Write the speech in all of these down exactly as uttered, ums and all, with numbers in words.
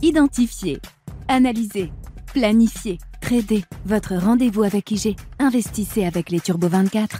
Identifier, analyser, planifier, trader. Votre rendez-vous avec I G. Investissez avec les Turbo vingt-quatre.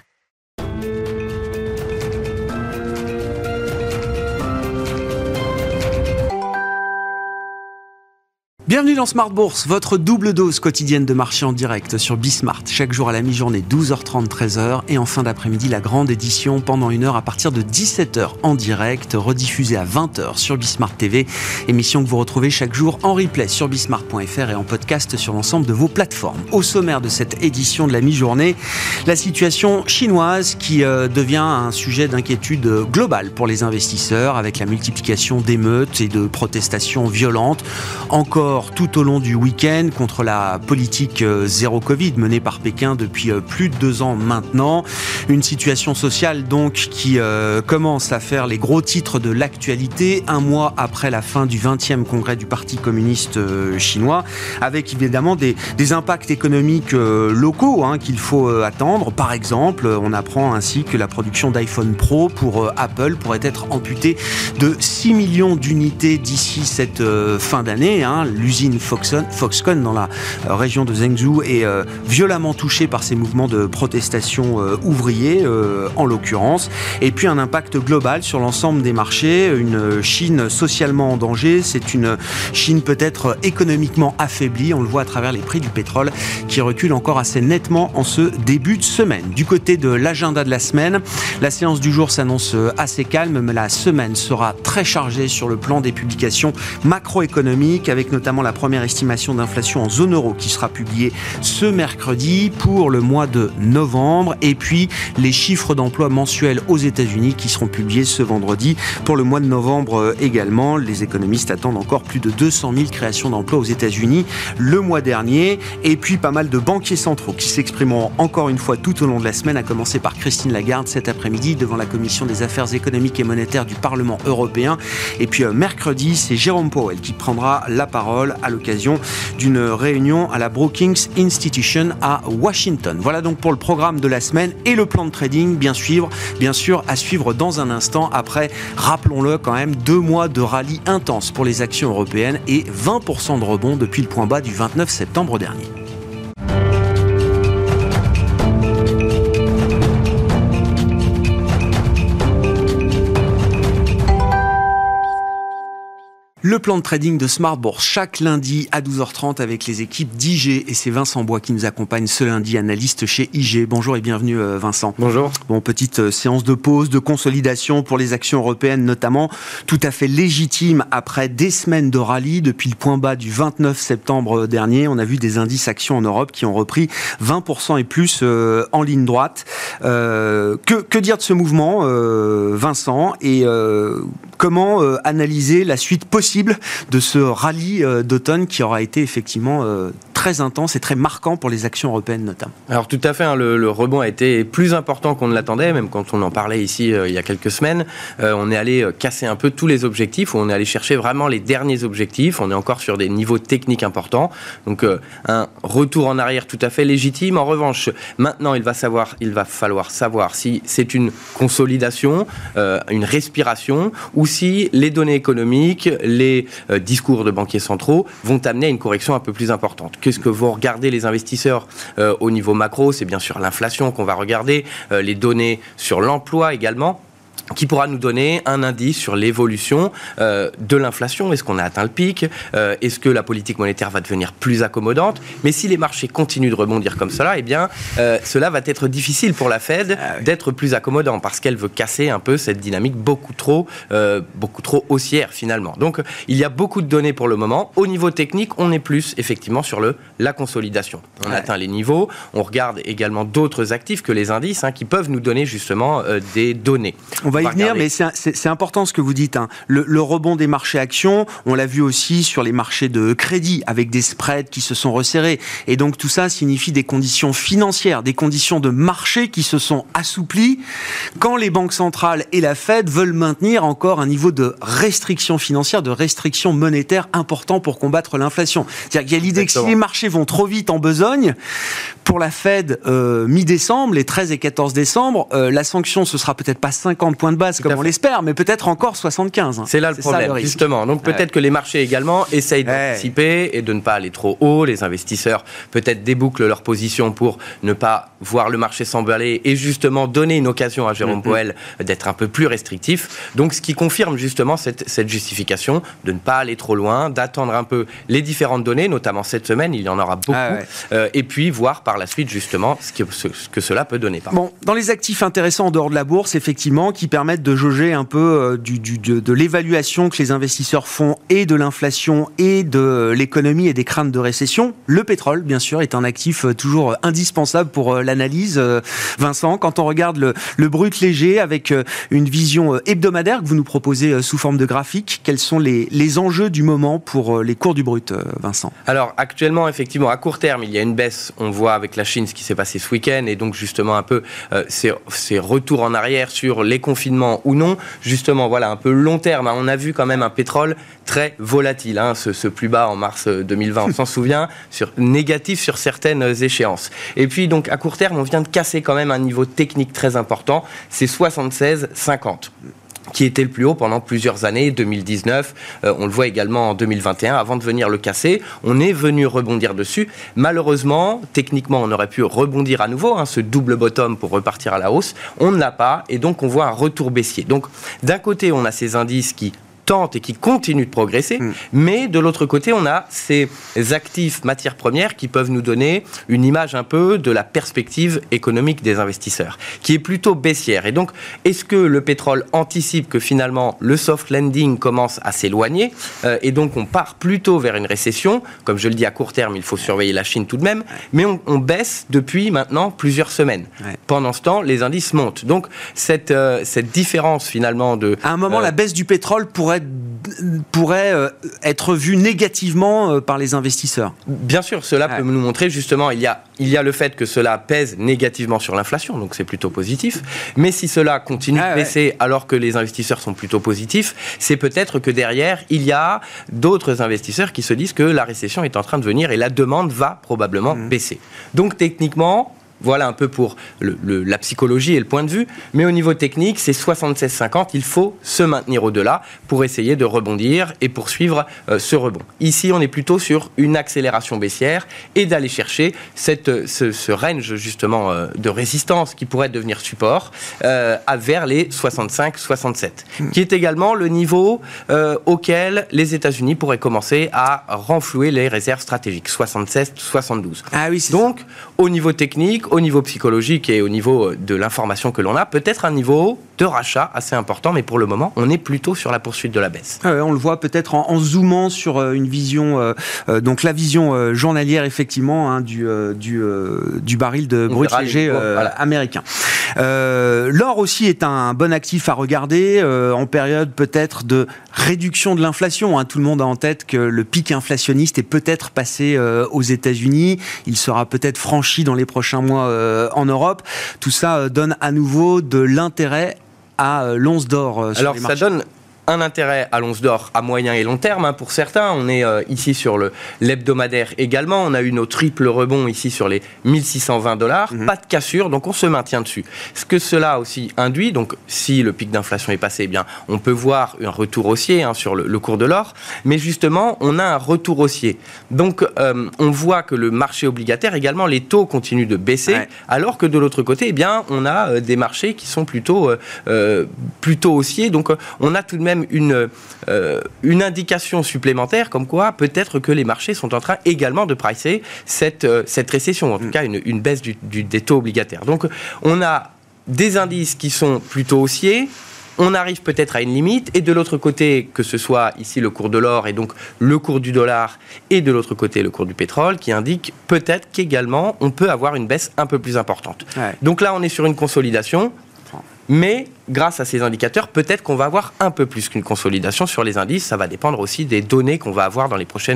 Bienvenue dans Smart Bourse, votre double dose quotidienne de marché en direct sur Bismart. Chaque jour à la mi-journée, douze heures trente, treize heures. Et en fin d'après-midi, la grande édition pendant une heure à partir de dix-sept heures en direct, rediffusée à vingt heures sur Bismart T V. Émission que vous retrouvez chaque jour en replay sur bismart point f r et en podcast sur l'ensemble de vos plateformes. Au sommaire de cette édition de la mi-journée, la situation chinoise qui euh, devient un sujet d'inquiétude globale pour les investisseurs avec la multiplication d'émeutes et de protestations violentes. Encore tout au long du week-end contre la politique zéro Covid menée par Pékin depuis plus de deux ans maintenant. Une situation sociale donc qui euh, commence à faire les gros titres de l'actualité un mois après la fin du vingtième congrès du Parti communiste euh, chinois, avec évidemment des, des impacts économiques euh, locaux hein, qu'il faut euh, attendre. Par exemple, on apprend ainsi que la production d'iPhone Pro pour euh, Apple pourrait être amputée de six millions d'unités d'ici cette euh, fin d'année. Hein. L'usine Foxconn, Foxconn dans la euh, région de Zhengzhou est euh, violemment touchée par ces mouvements de protestation euh, ouvriers euh, en l'occurrence, et puis un impact global sur l'ensemble des marchés, une Chine socialement en danger, c'est une Chine peut-être économiquement affaiblie, on le voit à travers les prix du pétrole qui reculent encore assez nettement en ce début de semaine. Du côté de l'agenda de la semaine, la séance du jour s'annonce assez calme, mais la semaine sera très chargée sur le plan des publications macroéconomiques, avec notamment la première estimation d'inflation en zone euro qui sera publiée ce mercredi pour le mois de novembre, et puis les chiffres d'emploi mensuels aux États-Unis qui seront publiés ce vendredi pour le mois de novembre également. Les économistes attendent encore plus de deux cent mille créations d'emplois aux États-Unis le mois dernier, et puis pas mal de banquiers centraux qui s'exprimeront encore une fois tout au long de la semaine, à commencer par Christine Lagarde cet après-midi devant la Commission des affaires économiques et monétaires du Parlement européen, et puis euh, mercredi c'est Jérôme Powell qui prendra la parole à l'occasion d'une réunion à la Brookings Institution à Washington. Voilà donc pour le programme de la semaine et le plan de trading bien suivre, bien sûr à suivre dans un instant après, rappelons-le quand même, deux mois de rallye intense pour les actions européennes et vingt pour cent de rebond depuis le point bas du vingt-neuf septembre dernier. Le plan de trading de Smart Bourse, chaque lundi à douze heures trente avec les équipes d'I G. Et c'est Vincent Bois qui nous accompagne ce lundi, analyste chez I G. Bonjour et bienvenue Vincent. Bonjour. Bon, petite séance de pause, de consolidation pour les actions européennes notamment, tout à fait légitime après des semaines de rallye. Depuis le point bas du vingt-neuf septembre dernier, on a vu des indices actions en Europe qui ont repris vingt pour cent et plus euh, en ligne droite. Euh, que, que dire de ce mouvement, euh, Vincent, et euh, comment euh, analyser la suite possible de ce rallye euh, d'automne qui aura été effectivement euh, très intense et très marquant pour les actions européennes notamment? Alors tout à fait, hein, le, le rebond a été plus important qu'on ne l'attendait, même quand on en parlait ici euh, il y a quelques semaines. Euh, on est allé casser un peu tous les objectifs, on est allé chercher vraiment les derniers objectifs, on est encore sur des niveaux techniques importants, donc euh, un retour en arrière tout à fait légitime. En revanche, maintenant il va, savoir, il va falloir savoir si c'est une consolidation, euh, une respiration, ou si les données économiques, les euh, discours de banquiers centraux vont amener à une correction un peu plus importante. Qu'est-ce que vont regarder les investisseurs euh, au niveau macro? C'est bien sûr l'inflation qu'on va regarder, euh, les données sur l'emploi également, qui pourra nous donner un indice sur l'évolution euh, de l'inflation. Est-ce qu'on a atteint le pic? euh, Est-ce que la politique monétaire va devenir plus accommodante? Mais si les marchés continuent de rebondir comme cela, eh bien, euh, cela va être difficile pour la Fed ah oui. d'être plus accommodant, parce qu'elle veut casser un peu cette dynamique beaucoup trop, euh, beaucoup trop haussière finalement. Donc, il y a beaucoup de données pour le moment. Au niveau technique, on est plus effectivement sur le, la consolidation. On ouais. atteint les niveaux. On regarde également d'autres actifs que les indices hein, qui peuvent nous donner justement euh, des données. On va y venir, mais c'est, c'est, c'est important ce que vous dites. Hein. Le, le rebond des marchés actions, on l'a vu aussi sur les marchés de crédit, avec des spreads qui se sont resserrés. Et donc tout ça signifie des conditions financières, des conditions de marché qui se sont assouplies quand les banques centrales et la Fed veulent maintenir encore un niveau de restriction financière, de restriction monétaire important pour combattre l'inflation. C'est-à-dire qu'il y a l'idée Exactement. que si les marchés vont trop vite en besogne, pour la Fed, euh, mi-décembre, les treize et quatorze décembre, euh, la sanction, ce sera peut-être pas cinquante points points de base, comme on l'espère, mais peut-être encore soixante-quinze. Hein. C'est là le c'est problème, le justement. Donc peut-être ouais. que les marchés également essayent d'anticiper ouais. et de ne pas aller trop haut. Les investisseurs peut-être débouclent leur position pour ne pas voir le marché s'emballer et justement donner une occasion à Jérôme mm-hmm. Powell d'être un peu plus restrictif. Donc ce qui confirme justement cette, cette justification de ne pas aller trop loin, d'attendre un peu les différentes données, notamment cette semaine, il y en aura beaucoup, ah ouais. euh, et puis voir par la suite justement ce que, ce, ce que cela peut donner. Bon, dans les actifs intéressants en dehors de la bourse, effectivement, qui permettent de jauger un peu euh, du, du, de, de l'évaluation que les investisseurs font et de l'inflation et de l'économie et des craintes de récession, le pétrole, bien sûr, est un actif euh, toujours indispensable pour euh, l'analyse. Euh, Vincent, quand on regarde le, le brut léger avec euh, une vision euh, hebdomadaire que vous nous proposez euh, sous forme de graphique, quels sont les, les enjeux du moment pour euh, les cours du brut, euh, Vincent ? Alors, actuellement, effectivement, à court terme, il y a une baisse. On voit avec la Chine ce qui s'est passé ce week-end et donc justement un peu euh, ces, ces retours en arrière sur les confinements ou non. Justement, voilà, un peu long terme. Hein. On a vu quand même un pétrole très volatile, hein, ce, ce plus bas en mars deux mille vingt, on s'en souvient, sur, négatif sur certaines échéances. Et puis, donc, à court terme, on vient de casser quand même un niveau technique très important, c'est soixante-seize cinquante. Qui était le plus haut pendant plusieurs années, deux mille dix-neuf, euh, on le voit également en deux mille vingt et un, avant de venir le casser, on est venu rebondir dessus. Malheureusement, techniquement, on aurait pu rebondir à nouveau, hein, ce double bottom pour repartir à la hausse, on ne l'a pas, et donc on voit un retour baissier. Donc, d'un côté, on a ces indices qui tente et qui continue de progresser, mmh. mais de l'autre côté, on a ces actifs matières premières qui peuvent nous donner une image un peu de la perspective économique des investisseurs, qui est plutôt baissière. Et donc, est-ce que le pétrole anticipe que finalement le soft landing commence à s'éloigner euh, et donc on part plutôt vers une récession? Comme je le dis, à court terme, il faut surveiller la Chine tout de même, mais on, on baisse depuis maintenant plusieurs semaines. Ouais. Pendant ce temps, les indices montent. Donc, cette, euh, cette différence finalement de... À un moment, euh, la baisse du pétrole pourrait pourrait être vu négativement par les investisseurs. Bien sûr, cela ouais. peut nous montrer justement, il y a, il y a le fait que cela pèse négativement sur l'inflation, donc c'est plutôt positif, mais si cela continue ah, de baisser ouais. alors que les investisseurs sont plutôt positifs, c'est peut-être que derrière, il y a d'autres investisseurs qui se disent que la récession est en train de venir et la demande va probablement mmh. baisser. Donc techniquement, voilà un peu pour le, le, la psychologie et le point de vue. Mais au niveau technique, c'est soixante-seize cinquante. Il faut se maintenir au-delà pour essayer de rebondir et poursuivre euh, ce rebond. Ici, on est plutôt sur une accélération baissière et d'aller chercher cette, ce, ce range justement euh, de résistance qui pourrait devenir support euh, à vers les soixante-cinq soixante-sept, mmh. qui est également le niveau euh, auquel les États-Unis pourraient commencer à renflouer les réserves stratégiques, soixante-seize soixante-douze. Ah oui, c'est Donc, ça. Au niveau technique, au niveau psychologique et au niveau de l'information que l'on a, peut-être un niveau de rachat assez important, mais pour le moment, on est plutôt sur la poursuite de la baisse. Ah ouais, on le voit peut-être en, en zoomant sur euh, une vision, euh, euh, donc la vision euh, journalière effectivement hein, du, euh, du, euh, du baril de brut léger euh, voilà. américain. Euh, l'or aussi est un bon actif à regarder euh, en période peut-être de réduction de l'inflation. Hein. Tout le monde a en tête que le pic inflationniste est peut-être passé euh, aux États-Unis. Il sera peut-être franchi dans les prochains mois euh, en Europe. Tout ça euh, donne à nouveau de l'intérêt à euh, l'once d'or euh, sur Alors, les marchés. Ça donne un intérêt à l'once d'or à moyen et long terme, hein, pour certains. On est euh, ici sur le, l'hebdomadaire également. On a eu nos triples rebonds ici sur les mille six cent vingt dollars. Mm-hmm. Pas de cassure, donc on se maintient dessus. Ce que cela aussi induit, donc si le pic d'inflation est passé, eh bien, on peut voir un retour haussier hein, sur le, le cours de l'or. Mais justement, on a un retour haussier. Donc, euh, on voit que le marché obligataire également, les taux continuent de baisser, ouais. alors que de l'autre côté, eh bien, on a euh, des marchés qui sont plutôt, euh, plutôt haussiers. Donc, euh, on a tout de même Une, euh, une indication supplémentaire comme quoi peut-être que les marchés sont en train également de pricer cette, euh, cette récession, en tout cas une, une baisse du, du, des taux obligataires. Donc on a des indices qui sont plutôt haussiers, on arrive peut-être à une limite, et de l'autre côté, que ce soit ici le cours de l'or et donc le cours du dollar, et de l'autre côté le cours du pétrole, qui indique peut-être qu'également on peut avoir une baisse un peu plus importante. Ouais. Donc là on est sur une consolidation, mais grâce à ces indicateurs, peut-être qu'on va avoir un peu plus qu'une consolidation sur les indices. Ça va dépendre aussi des données qu'on va avoir dans les prochaines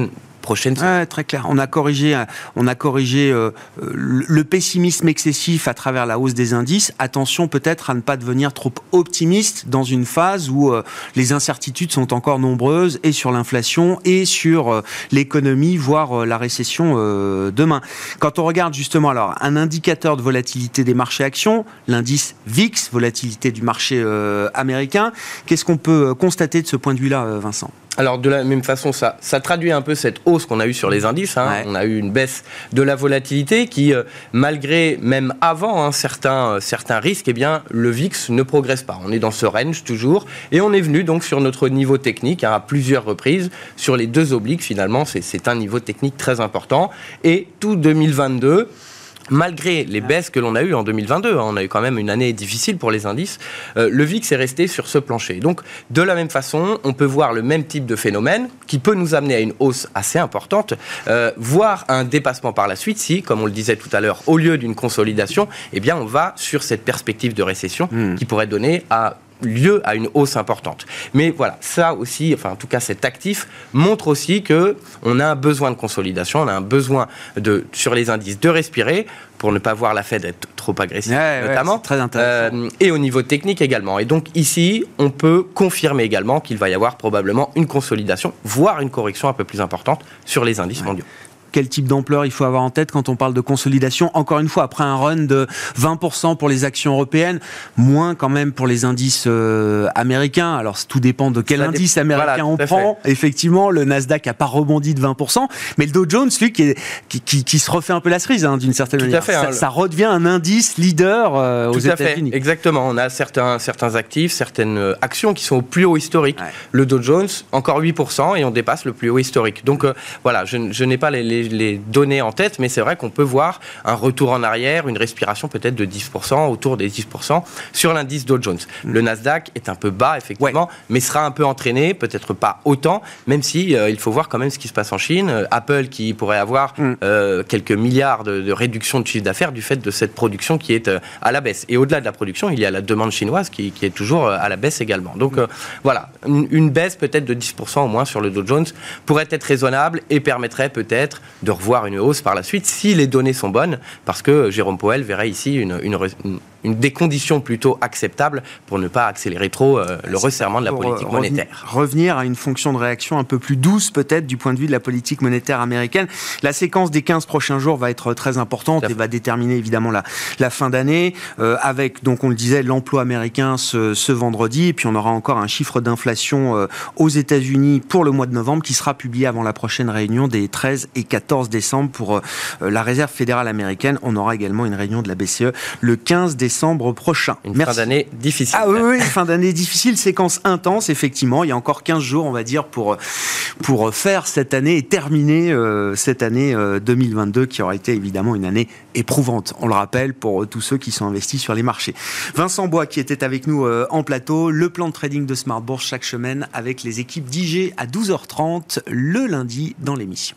prochaines semaines. Ouais, très clair. On a corrigé, on a corrigé euh, le pessimisme excessif à travers la hausse des indices. Attention peut-être à ne pas devenir trop optimiste dans une phase où euh, les incertitudes sont encore nombreuses et sur l'inflation et sur euh, l'économie, voire euh, la récession euh, demain. Quand on regarde justement alors un indicateur de volatilité des marchés actions, l'indice V I X, volatilité du marché euh, américain, qu'est-ce qu'on peut constater de ce point de vue-là, euh, Vincent ? Alors de la même façon, ça, ça traduit un peu cette hausse qu'on a eue sur les indices. Hein. Ouais. On a eu une baisse de la volatilité qui, euh, malgré, même avant hein, certains, euh, certains risques, eh bien, le V I X ne progresse pas. On est dans ce range toujours. Et on est venu donc sur notre niveau technique hein, à plusieurs reprises. Sur les deux obliques, finalement, c'est, c'est un niveau technique très important. Et tout deux mille vingt-deux... Malgré les baisses que l'on a eues en deux mille vingt-deux, hein, on a eu quand même une année difficile pour les indices, euh, le V I X est resté sur ce plancher. Donc, de la même façon, on peut voir le même type de phénomène qui peut nous amener à une hausse assez importante, euh, voire un dépassement par la suite si, comme on le disait tout à l'heure, au lieu d'une consolidation, eh bien, on va sur cette perspective de récession mmh. qui pourrait donner à lieu à une hausse importante. Mais voilà, ça aussi, enfin en tout cas cet actif montre aussi que on a un besoin de consolidation, on a un besoin de sur les indices de respirer pour ne pas voir la Fed être trop agressive, ouais, notamment. Ouais, c'est très intéressant. Euh, et au niveau technique également. Et donc ici, on peut confirmer également qu'il va y avoir probablement une consolidation, voire une correction un peu plus importante sur les indices ouais. mondiaux. Quel type d'ampleur il faut avoir en tête quand on parle de consolidation ? Encore une fois, après un run de vingt pour cent pour les actions européennes, moins quand même pour les indices euh, américains. Alors, tout dépend de quel Ça indice dé... américain voilà, on prend. Fait. Effectivement, le Nasdaq n'a pas rebondi de vingt pour cent, mais le Dow Jones, lui, qui, est, qui, qui, qui se refait un peu la cerise, hein, d'une certaine tout manière. À fait, ça, hein, ça redevient un indice leader euh, aux tout à États-Unis. Fait. Exactement. On a certains, certains actifs, certaines actions qui sont au plus haut historique. Ouais. Le Dow Jones, encore huit pour cent, et on dépasse le plus haut historique. Donc, euh, voilà, je, je n'ai pas les, les, les données en tête, mais c'est vrai qu'on peut voir un retour en arrière, une respiration peut-être de dix pour cent, autour des dix pour cent sur l'indice Dow Jones. Mmh. Le Nasdaq est un peu bas, effectivement, ouais. mais sera un peu entraîné, peut-être pas autant, même si euh, il faut voir quand même ce qui se passe en Chine. Euh, Apple qui pourrait avoir mmh. euh, quelques milliards de, de réduction de chiffre d'affaires du fait de cette production qui est euh, à la baisse. Et au-delà de la production, il y a la demande chinoise qui, qui est toujours euh, à la baisse également. Donc mmh. euh, voilà, une, une baisse peut-être de dix pour cent au moins sur le Dow Jones pourrait être raisonnable et permettrait peut-être de revoir une hausse par la suite si les données sont bonnes, parce que Jérôme Powell verrait ici une, une, une, une des conditions plutôt acceptables pour ne pas accélérer trop euh, le resserrement de la politique revenir, monétaire. Revenir à une fonction de réaction un peu plus douce peut-être du point de vue de la politique monétaire américaine. La séquence des quinze prochains jours va être très importante et va déterminer évidemment la, la fin d'année euh, avec, donc on le disait, l'emploi américain ce, ce vendredi, et puis on aura encore un chiffre d'inflation euh, aux États-Unis pour le mois de novembre qui sera publié avant la prochaine réunion des treize et quatorze décembre pour euh, la Réserve fédérale américaine. On aura également une réunion de la B C E le quinze décembre prochain. Une Merci. Fin d'année difficile. Ah oui, oui, fin d'année difficile, séquence intense, effectivement. Il y a encore quinze jours, on va dire, pour, pour faire cette année et terminer euh, cette année euh, deux mille vingt-deux qui aura été évidemment une année éprouvante, on le rappelle, pour tous ceux qui sont investis sur les marchés. Vincent Bois qui était avec nous euh, en plateau, le plan de trading de Smart Bourse chaque semaine avec les équipes d'I G à douze heures trente le lundi dans l'émission.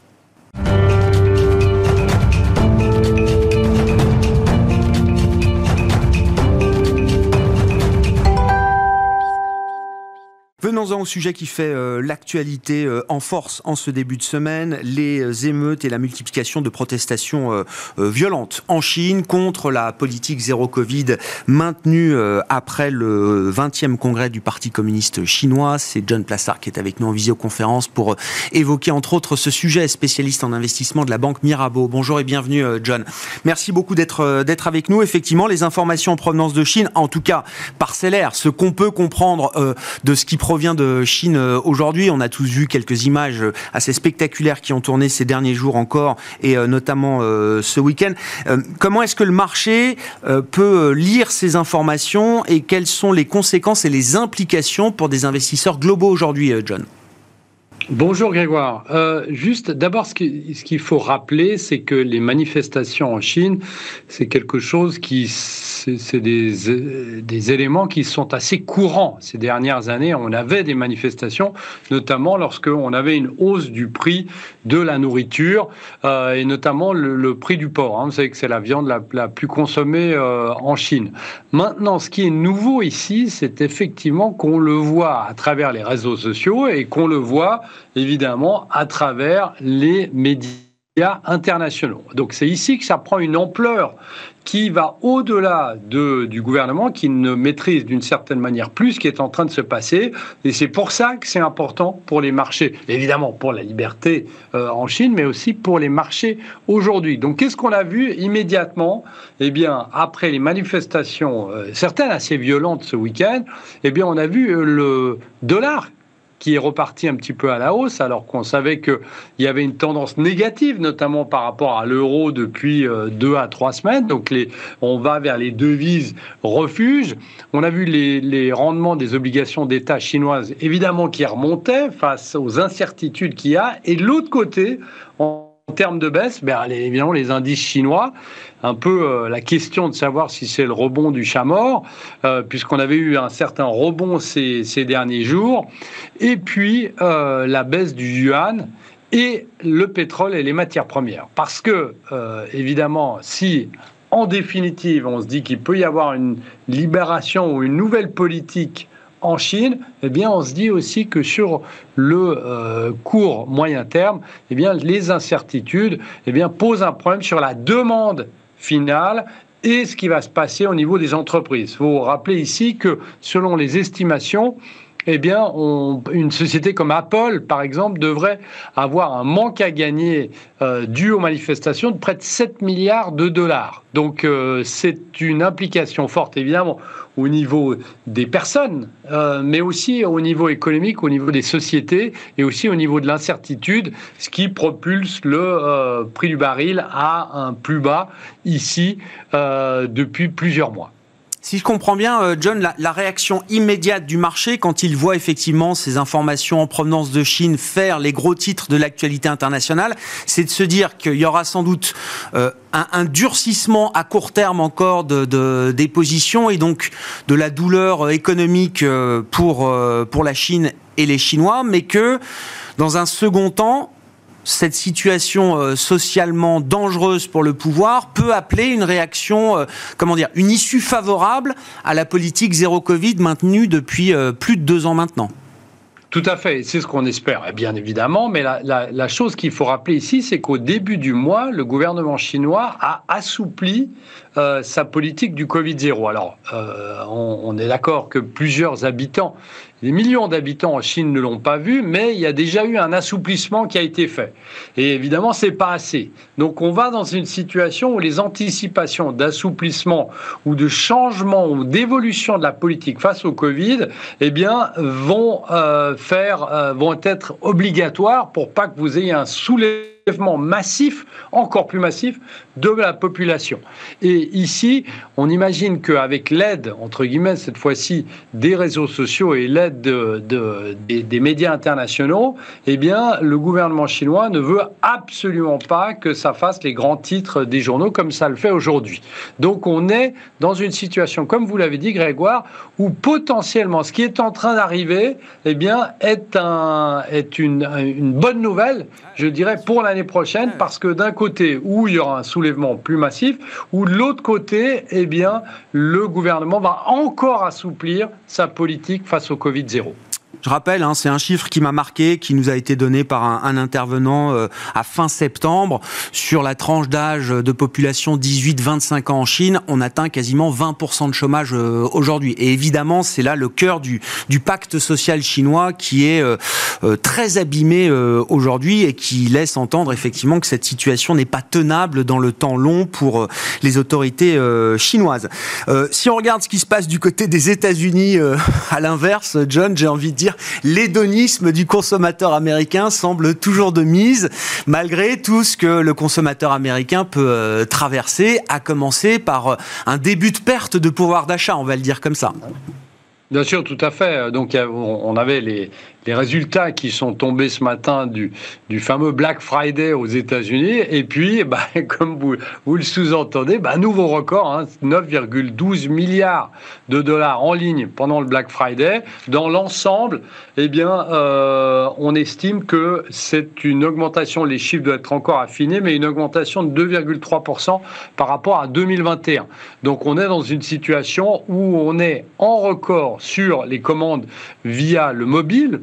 Venons-en au sujet qui fait euh, l'actualité euh, en force en ce début de semaine, les émeutes et la multiplication de protestations euh, euh, violentes en Chine contre la politique zéro Covid maintenue euh, après le vingtième congrès du Parti communiste chinois. C'est John Plassard qui est avec nous en visioconférence pour euh, évoquer entre autres ce sujet, spécialiste en investissement de la banque Mirabeau. Bonjour et bienvenue euh, John. Merci beaucoup d'être, euh, d'être avec nous. Effectivement, les informations en provenance de Chine, en tout cas parcellaires, ce qu'on peut comprendre euh, de ce qui provient de Chine aujourd'hui. On a tous vu quelques images assez spectaculaires qui ont tourné ces derniers jours encore, et euh, notamment euh, ce week-end. Euh, comment est-ce que le marché euh, peut lire ces informations et quelles sont les conséquences et les implications pour des investisseurs globaux aujourd'hui, euh, John ? Bonjour Grégoire. Euh, juste d'abord, ce, qui, ce qu'il faut rappeler, c'est que les manifestations en Chine, c'est quelque chose qui, c'est, c'est des, des éléments qui sont assez courants. Ces dernières années, on avait des manifestations, notamment lorsqu'on avait une hausse du prix de la nourriture euh, et notamment le, le prix du porc. Hein. Vous savez que c'est la viande la, la plus consommée euh, en Chine. Maintenant, ce qui est nouveau ici, c'est effectivement qu'on le voit à travers les réseaux sociaux et qu'on le voit évidemment, à travers les médias internationaux. Donc c'est ici que ça prend une ampleur qui va au-delà de, du gouvernement, qui ne maîtrise d'une certaine manière plus ce qui est en train de se passer. Et c'est pour ça que c'est important pour les marchés, évidemment pour la liberté euh, en Chine, mais aussi pour les marchés aujourd'hui. Donc qu'est-ce qu'on a vu immédiatement ? Eh bien, après les manifestations, euh, certaines assez violentes ce week-end, eh bien, on a vu euh, le dollar qui est reparti un petit peu à la hausse, alors qu'on savait qu'il y avait une tendance négative, notamment par rapport à l'euro depuis euh, deux à trois semaines. Donc, les, on va vers les devises refuges. On a vu les, les rendements des obligations d'État chinoises, évidemment, qui remontaient face aux incertitudes qu'il y a. Et de l'autre côté, en En termes de baisse, ben, les, évidemment, les indices chinois, un peu euh, la question de savoir si c'est le rebond du chat mort, euh, puisqu'on avait eu un certain rebond ces, ces derniers jours, et puis euh, la baisse du yuan et le pétrole et les matières premières. Parce que, euh, évidemment, si en définitive, on se dit qu'il peut y avoir une libération ou une nouvelle politique en Chine, eh bien, on se dit aussi que sur le euh, court moyen terme, eh bien, les incertitudes eh bien, posent un problème sur la demande finale et ce qui va se passer au niveau des entreprises. Il faut rappeler ici que, selon les estimations, eh bien, on, une société comme Apple, par exemple, devrait avoir un manque à gagner euh, dû aux manifestations de près de sept milliards de dollars. Donc, euh, c'est une implication forte, évidemment, au niveau des personnes, euh, mais aussi au niveau économique, au niveau des sociétés et aussi au niveau de l'incertitude, ce qui propulse le euh, prix du baril à un plus bas ici euh, depuis plusieurs mois. Si je comprends bien, John, la, la réaction immédiate du marché quand il voit effectivement ces informations en provenance de Chine faire les gros titres de l'actualité internationale, c'est de se dire qu'il y aura sans doute euh, un, un durcissement à court terme encore de, de, des positions et donc de la douleur économique pour, pour la Chine et les Chinois, mais que dans un second temps, cette situation euh, socialement dangereuse pour le pouvoir peut appeler une réaction, euh, comment dire, une issue favorable à la politique zéro Covid maintenue depuis euh, plus de deux ans maintenant. Tout à fait, c'est ce qu'on espère, bien évidemment, mais la, la, la chose qu'il faut rappeler ici, c'est qu'au début du mois, le gouvernement chinois a assoupli euh, sa politique du Covid zéro. Alors, euh, on, on est d'accord que plusieurs habitants, des millions d'habitants en Chine ne l'ont pas vu, mais il y a déjà eu un assouplissement qui a été fait. Et évidemment, c'est pas assez. Donc, on va dans une situation où les anticipations d'assouplissement ou de changement ou d'évolution de la politique face au Covid, eh bien, vont euh, faire, euh, vont être obligatoires pour pas que vous ayez un soulèvement massif, encore plus massif, de la population. Et ici, on imagine qu'avec l'aide, entre guillemets, cette fois-ci, des réseaux sociaux et l'aide de, de, des, des médias internationaux, eh bien, le gouvernement chinois ne veut absolument pas que ça fasse les grands titres des journaux comme ça le fait aujourd'hui. Donc, on est dans une situation, comme vous l'avez dit, Grégoire, où potentiellement, ce qui est en train d'arriver, eh bien, est, un, est une, une bonne nouvelle, je dirais, pour l'année prochaine, parce que d'un côté, où il y aura un soulèvement plus massif, ou de l'autre côté, eh bien, le gouvernement va encore assouplir sa politique face au Covid zéro. Je rappelle, hein, c'est un chiffre qui m'a marqué, qui nous a été donné par un, un intervenant euh, à fin septembre. Sur la tranche d'âge de population dix-huit à vingt-cinq ans en Chine, on atteint quasiment vingt pour cent de chômage euh, aujourd'hui. Et évidemment, c'est là le cœur du, du pacte social chinois qui est euh, euh, très abîmé euh, aujourd'hui et qui laisse entendre effectivement que cette situation n'est pas tenable dans le temps long pour euh, les autorités euh, chinoises. Euh, si on regarde ce qui se passe du côté des États-Unis, euh, à l'inverse, John, j'ai envie de dire l'hédonisme du consommateur américain semble toujours de mise, malgré tout ce que le consommateur américain peut euh, traverser, à commencer par euh, un début de perte de pouvoir d'achat, on va le dire comme ça. Bien sûr, tout à fait. Donc, on avait les, les résultats qui sont tombés ce matin du, du fameux Black Friday aux États-Unis. Et puis, bah, comme vous, vous le sous-entendez, bah, nouveau record, hein, neuf virgule douze milliards de dollars en ligne pendant le Black Friday. Dans l'ensemble, eh bien, euh, on estime que c'est une augmentation, les chiffres doivent être encore affinés, mais une augmentation de deux virgule trois pour cent par rapport à deux mille vingt et un. Donc, on est dans une situation où on est en record sur les commandes via le mobile,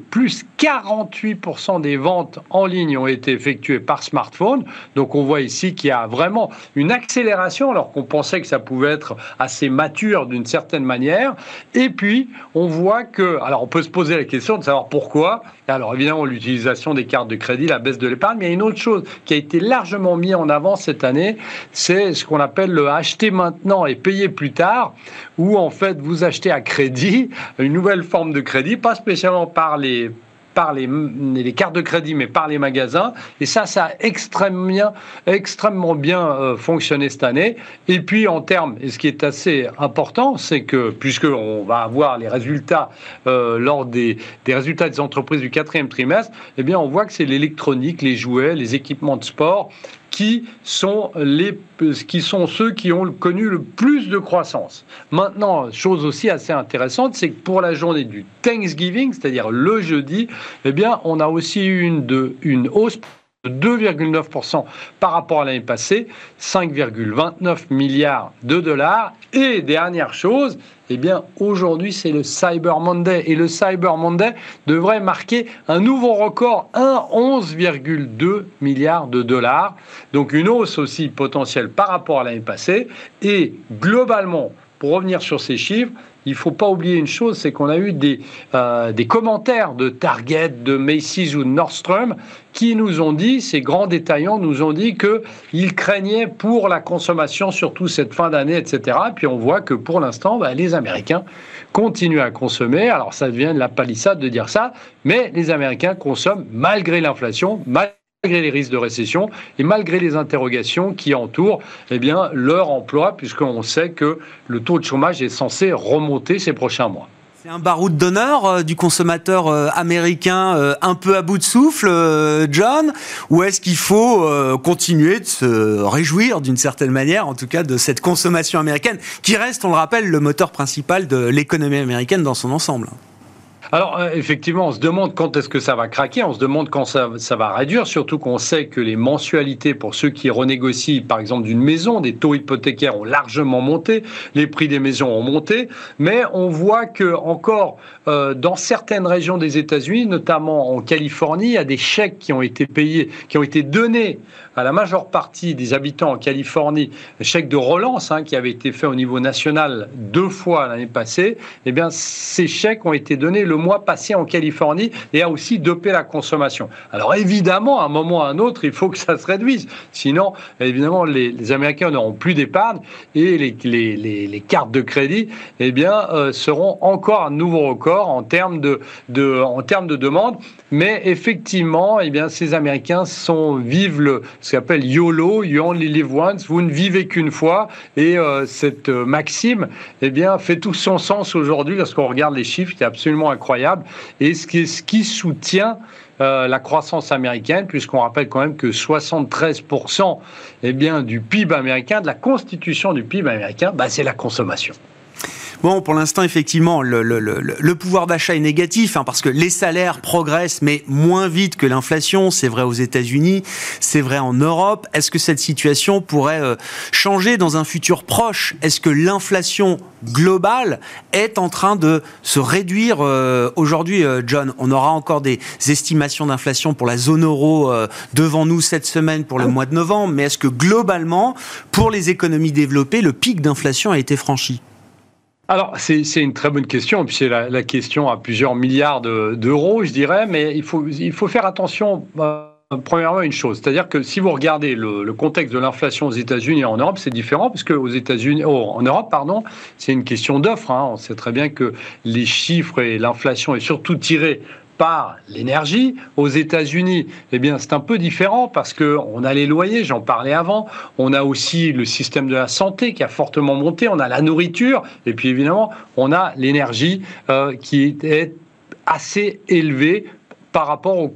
plus quarante-huit pour cent des ventes en ligne ont été effectuées par smartphone. Donc on voit ici qu'il y a vraiment une accélération alors qu'on pensait que ça pouvait être assez mature d'une certaine manière. Et puis on voit que, alors on peut se poser la question de savoir pourquoi. Alors évidemment l'utilisation des cartes de crédit, la baisse de l'épargne, mais il y a une autre chose qui a été largement mise en avant cette année, c'est ce qu'on appelle le acheter maintenant et payer plus tard, où en fait vous achetez à crédit, une nouvelle forme de crédit, pas spécialement par les par les, les cartes de crédit, mais par les magasins. Et ça, ça a extrêmement bien, extrêmement bien euh, fonctionné cette année. Et puis, en termes, et ce qui est assez important, c'est que, puisqu'on va avoir les résultats euh, lors des, des résultats des entreprises du quatrième trimestre, eh bien, on voit que c'est l'électronique, les jouets, les équipements de sport, qui sont, les, qui sont ceux qui ont connu le plus de croissance. Maintenant, chose aussi assez intéressante, c'est que pour la journée du Thanksgiving, c'est-à-dire le jeudi, eh bien, on a aussi eu une, de, une hausse de deux virgule neuf pour cent par rapport à l'année passée, cinq virgule vingt-neuf milliards de dollars. Et dernière chose, eh bien, aujourd'hui, c'est le Cyber Monday. Et le Cyber Monday devrait marquer un nouveau record, onze virgule deux milliards de dollars. Donc, une hausse aussi potentielle par rapport à l'année passée. Et globalement, pour revenir sur ces chiffres, il ne faut pas oublier une chose, c'est qu'on a eu des, euh, des commentaires de Target, de Macy's ou de Nordstrom qui nous ont dit, ces grands détaillants nous ont dit qu'ils craignaient pour la consommation, surtout cette fin d'année, et cetera. Et puis on voit que pour l'instant, bah, les Américains continuent à consommer. Alors ça devient de la palissade de dire ça, mais les Américains consomment malgré l'inflation, malgré malgré les risques de récession et malgré les interrogations qui entourent eh bien, leur emploi, puisqu'on sait que le taux de chômage est censé remonter ces prochains mois. C'est un baroud d'honneur euh, du consommateur euh, américain euh, un peu à bout de souffle, euh, John, ou est-ce qu'il faut euh, continuer de se réjouir d'une certaine manière, en tout cas de cette consommation américaine, qui reste, on le rappelle, le moteur principal de l'économie américaine dans son ensemble ? Alors, euh, effectivement, on se demande quand est-ce que ça va craquer, on se demande quand ça, ça va réduire, surtout qu'on sait que les mensualités pour ceux qui renégocient, par exemple, d'une maison, des taux hypothécaires ont largement monté, les prix des maisons ont monté, mais on voit que encore euh, dans certaines régions des États-Unis, notamment en Californie, il y a des chèques qui ont été payés, qui ont été donnés à la majeure partie des habitants en Californie, chèques de relance hein, qui avaient été faits au niveau national deux fois l'année passée. Eh bien, ces chèques ont été donnés le mois passé en Californie et a aussi dopé la consommation. Alors évidemment, à un moment ou à un autre, il faut que ça se réduise. Sinon, évidemment, les, les Américains n'auront plus d'épargne et les, les, les, les cartes de crédit eh bien, euh, seront encore un nouveau record en termes de, de, en termes de demande. Mais effectivement, eh bien, ces Américains sont, vivent le, ce qu'on appelle YOLO, You Only Live Once, vous ne vivez qu'une fois. Et euh, cette euh, maxime eh bien, fait tout son sens aujourd'hui lorsqu'on regarde les chiffres, c'est absolument incroyable. Et ce qui, ce qui soutient euh, la croissance américaine, puisqu'on rappelle quand même que soixante-treize pour cent eh bien, du P I B américain, de la constitution du P I B américain, bah, c'est la consommation. Bon, pour l'instant, effectivement, le, le, le, le pouvoir d'achat est négatif, hein, parce que les salaires progressent, mais moins vite que l'inflation. C'est vrai aux États-Unis, c'est vrai en Europe. Est-ce que cette situation pourrait euh, changer dans un futur proche ? Est-ce que l'inflation globale est en train de se réduire euh, aujourd'hui, euh, John ? On aura encore des estimations d'inflation pour la zone euro euh, devant nous cette semaine pour le mois de novembre, mais est-ce que globalement, pour les économies développées, le pic d'inflation a été franchi ? Alors, c'est, c'est une très bonne question, puis c'est la, la question à plusieurs milliards de, d'euros, je dirais, mais il faut, il faut faire attention, euh, premièrement, à une chose, c'est-à-dire que si vous regardez le, le contexte de l'inflation aux États-Unis et en Europe, c'est différent, parce qu'aux États-Unis, oh, en Europe, pardon, c'est une question d'offre, hein. On sait très bien que les chiffres et l'inflation est surtout tirée par l'énergie. Aux États-Unis, eh bien, c'est un peu différent parce qu'on a les loyers, j'en parlais avant, on a aussi le système de la santé qui a fortement monté, on a la nourriture, et puis évidemment, on a l'énergie euh, qui est assez élevée par rapport au,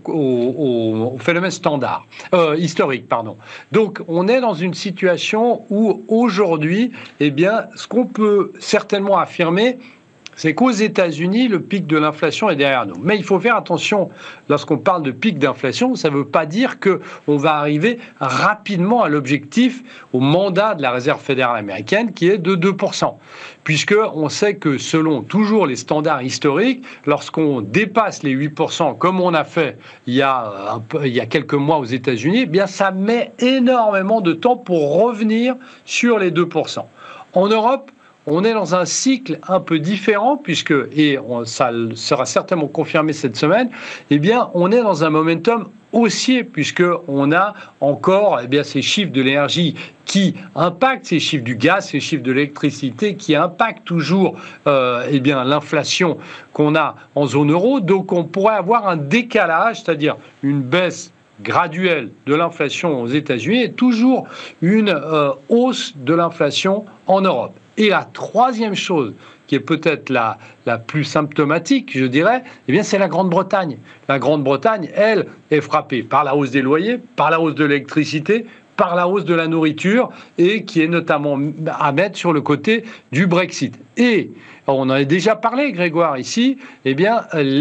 au, au phénomène standard, euh, historique, pardon. Donc, on est dans une situation où, aujourd'hui, eh bien, ce qu'on peut certainement affirmer, c'est qu'aux États-Unis, le pic de l'inflation est derrière nous. Mais il faut faire attention, lorsqu'on parle de pic d'inflation, ça ne veut pas dire qu'on va arriver rapidement à l'objectif, au mandat de la Réserve fédérale américaine, qui est de deux pour cent. Puisqu'on sait que selon toujours les standards historiques, lorsqu'on dépasse les huit pour cent, comme on a fait il y a, un peu, il y a quelques mois aux États-Unis, eh bien ça met énormément de temps pour revenir sur les deux pour cent. En Europe, on est dans un cycle un peu différent, puisque, et on, ça sera certainement confirmé cette semaine, eh bien, on est dans un momentum haussier, puisqu'on a encore eh bien, ces chiffres de l'énergie qui impactent, ces chiffres du gaz, ces chiffres de l'électricité qui impactent toujours euh, eh bien, l'inflation qu'on a en zone euro. Donc, on pourrait avoir un décalage, c'est-à-dire une baisse graduelle de l'inflation aux États-Unis et toujours une euh, hausse de l'inflation en Europe. Et la troisième chose, qui est peut-être la, la plus symptomatique, je dirais, eh bien, c'est la Grande-Bretagne. La Grande-Bretagne, elle, est frappée par la hausse des loyers, par la hausse de l'électricité, par la hausse de la nourriture, et qui est notamment à mettre sur le côté du Brexit. Et on en a déjà parlé, Grégoire, ici, eh bien,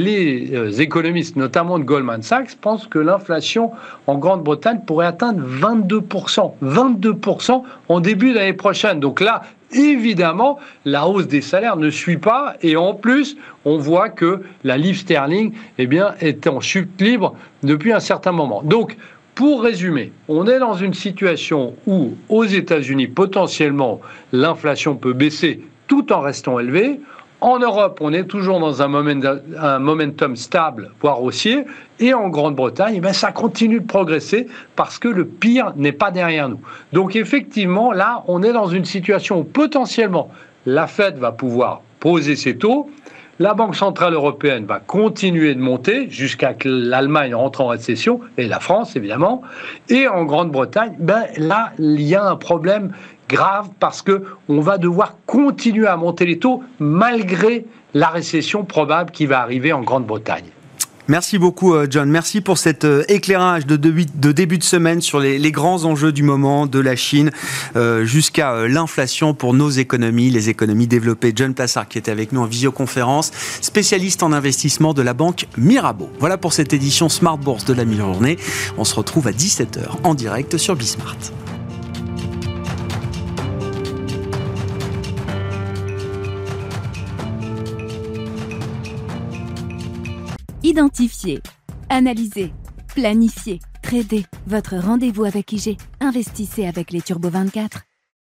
les économistes, notamment de Goldman Sachs, pensent que l'inflation en Grande-Bretagne pourrait atteindre vingt-deux pour cent. vingt-deux pour cent en début d'année prochaine. Donc là, évidemment, la hausse des salaires ne suit pas, et en plus, on voit que la livre sterling eh bien, est en chute libre depuis un certain moment. Donc, pour résumer, on est dans une situation où, aux États-Unis, potentiellement, l'inflation peut baisser tout en restant élevée. En Europe, on est toujours dans un momentum, un momentum stable, voire haussier. Et en Grande-Bretagne, eh bien, ça continue de progresser parce que le pire n'est pas derrière nous. Donc effectivement, là, on est dans une situation où potentiellement, la Fed va pouvoir poser ses taux. La Banque centrale européenne va continuer de monter jusqu'à que l'Allemagne rentre en récession, et la France, évidemment. Et en Grande-Bretagne, ben, là, il y a un problème grave parce qu'on va devoir continuer à monter les taux malgré la récession probable qui va arriver en Grande-Bretagne. Merci beaucoup, John. Merci pour cet éclairage de, de, de début de semaine sur les, les grands enjeux du moment, de la Chine euh, jusqu'à euh, l'inflation pour nos économies, les économies développées. John Plassard qui était avec nous en visioconférence, spécialiste en investissement de la banque Mirabeau. Voilà pour cette édition Smart Bourse de la mi-journée. On se retrouve à dix-sept heures en direct sur Bismart. Identifier, analyser, planifier, trader. Votre rendez-vous avec I G. Investissez avec les Turbo vingt-quatre.